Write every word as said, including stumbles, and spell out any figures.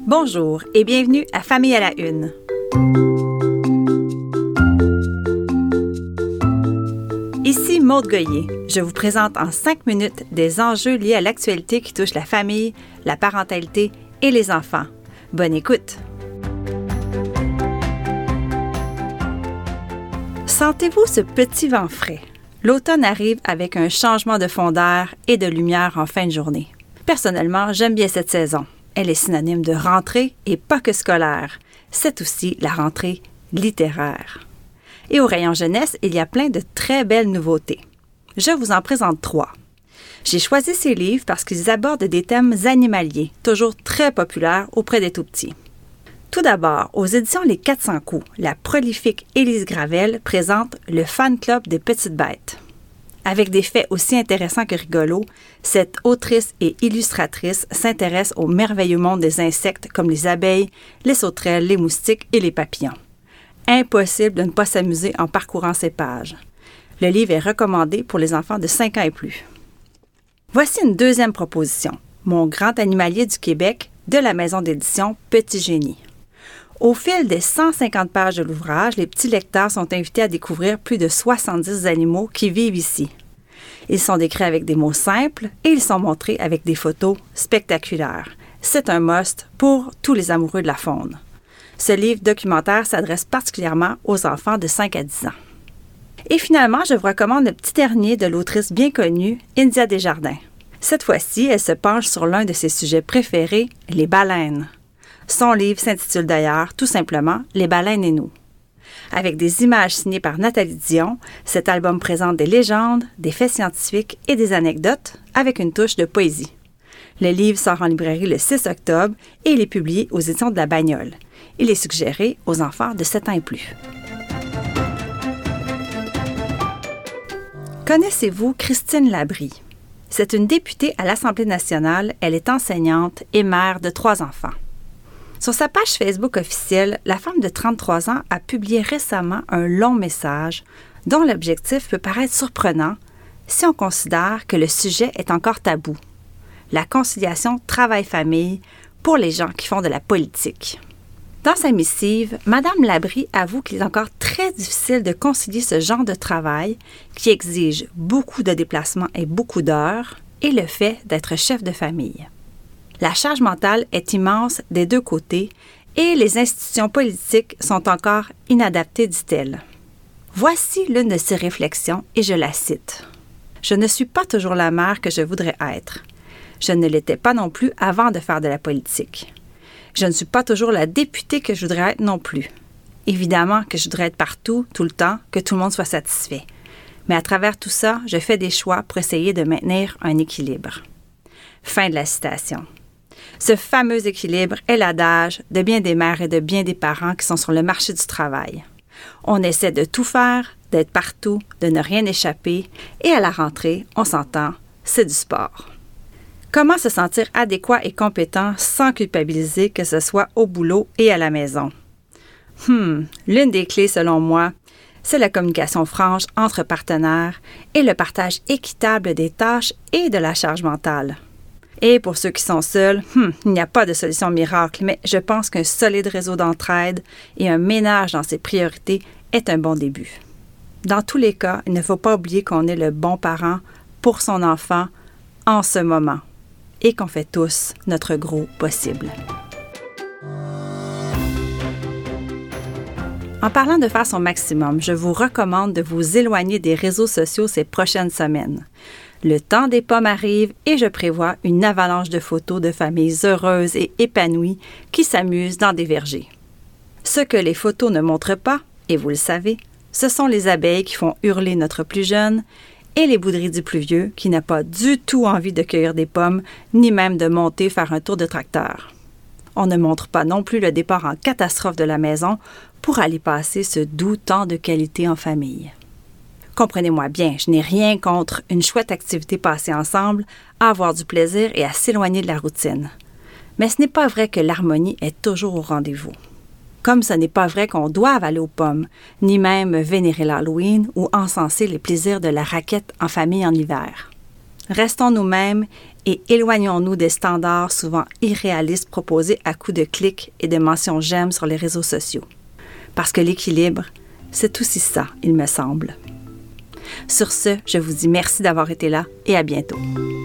Bonjour et bienvenue à Famille à la Une. Ici Maude Goyer. Je vous présente en cinq minutes des enjeux liés à l'actualité qui touche la famille, la parentalité et les enfants. Bonne écoute! Sentez-vous ce petit vent frais? L'automne arrive avec un changement de fond d'air et de lumière en fin de journée. Personnellement, j'aime bien cette saison. Elle est synonyme de rentrée et pas que scolaire. C'est aussi la rentrée littéraire. Et au rayon jeunesse, il y a plein de très belles nouveautés. Je vous en présente trois. J'ai choisi ces livres parce qu'ils abordent des thèmes animaliers, toujours très populaires auprès des tout-petits. Tout d'abord, aux éditions Les quatre cents coups, la prolifique Élise Gravel présente le Fan Club des petites bêtes. Avec des faits aussi intéressants que rigolos, cette autrice et illustratrice s'intéresse au merveilleux monde des insectes comme les abeilles, les sauterelles, les moustiques et les papillons. Impossible de ne pas s'amuser en parcourant ces pages. Le livre est recommandé pour les enfants de cinq ans et plus. Voici une deuxième proposition, Mon grand animalier du Québec, de la maison d'édition Petit Génie. Au fil des cent cinquante pages de l'ouvrage, les petits lecteurs sont invités à découvrir plus de soixante-dix animaux qui vivent ici. Ils sont décrits avec des mots simples et ils sont montrés avec des photos spectaculaires. C'est un must pour tous les amoureux de la faune. Ce livre documentaire s'adresse particulièrement aux enfants de cinq à dix ans. Et finalement, je vous recommande le petit dernier de l'autrice bien connue, India Desjardins. Cette fois-ci, elle se penche sur l'un de ses sujets préférés, les baleines. Son livre s'intitule d'ailleurs tout simplement « Les baleines et nous ». Avec des images signées par Nathalie Dion, cet album présente des légendes, des faits scientifiques et des anecdotes avec une touche de poésie. Le livre sort en librairie le six octobre et il est publié aux éditions de La Bagnole. Il est suggéré aux enfants de sept ans et plus. Connaissez-vous Christine Labrie? C'est une députée à l'Assemblée nationale. Elle est enseignante et mère de trois enfants. Sur sa page Facebook officielle, la femme de trente-trois ans a publié récemment un long message dont l'objectif peut paraître surprenant si on considère que le sujet est encore tabou. La conciliation travail-famille pour les gens qui font de la politique. Dans sa missive, Mme Labrie avoue qu'il est encore très difficile de concilier ce genre de travail qui exige beaucoup de déplacements et beaucoup d'heures et le fait d'être chef de famille. La charge mentale est immense des deux côtés et les institutions politiques sont encore inadaptées, dit-elle. Voici l'une de ses réflexions et je la cite. « Je ne suis pas toujours la mère que je voudrais être. Je ne l'étais pas non plus avant de faire de la politique. Je ne suis pas toujours la députée que je voudrais être non plus. Évidemment que je voudrais être partout, tout le temps, que tout le monde soit satisfait. Mais à travers tout ça, je fais des choix pour essayer de maintenir un équilibre. » Fin de la citation. Ce fameux équilibre est l'adage de bien des mères et de bien des parents qui sont sur le marché du travail. On essaie de tout faire, d'être partout, de ne rien échapper, et à la rentrée, on s'entend, c'est du sport. Comment se sentir adéquat et compétent sans culpabiliser, que ce soit au boulot et à la maison? Hmm, l'une des clés, selon moi, c'est la communication franche entre partenaires et le partage équitable des tâches et de la charge mentale. Et pour ceux qui sont seuls, hmm, il n'y a pas de solution miracle, mais je pense qu'un solide réseau d'entraide et un ménage dans ses priorités est un bon début. Dans tous les cas, il ne faut pas oublier qu'on est le bon parent pour son enfant en ce moment et qu'on fait tous notre gros possible. En parlant de faire son maximum, je vous recommande de vous éloigner des réseaux sociaux ces prochaines semaines. Le temps des pommes arrive et je prévois une avalanche de photos de familles heureuses et épanouies qui s'amusent dans des vergers. Ce que les photos ne montrent pas, et vous le savez, ce sont les abeilles qui font hurler notre plus jeune et les bouderies du plus vieux qui n'a pas du tout envie de cueillir des pommes ni même de monter faire un tour de tracteur. On ne montre pas non plus le départ en catastrophe de la maison pour aller passer ce doux temps de qualité en famille. Comprenez-moi bien, je n'ai rien contre une chouette activité passée ensemble, à avoir du plaisir et à s'éloigner de la routine. Mais ce n'est pas vrai que l'harmonie est toujours au rendez-vous. Comme ce n'est pas vrai qu'on doive aller aux pommes, ni même vénérer l'Halloween ou encenser les plaisirs de la raquette en famille en hiver. Restons nous-mêmes et éloignons-nous des standards souvent irréalistes proposés à coups de clics et de mentions j'aime sur les réseaux sociaux. Parce que l'équilibre, c'est aussi ça, il me semble. Sur ce, je vous dis merci d'avoir été là et à bientôt.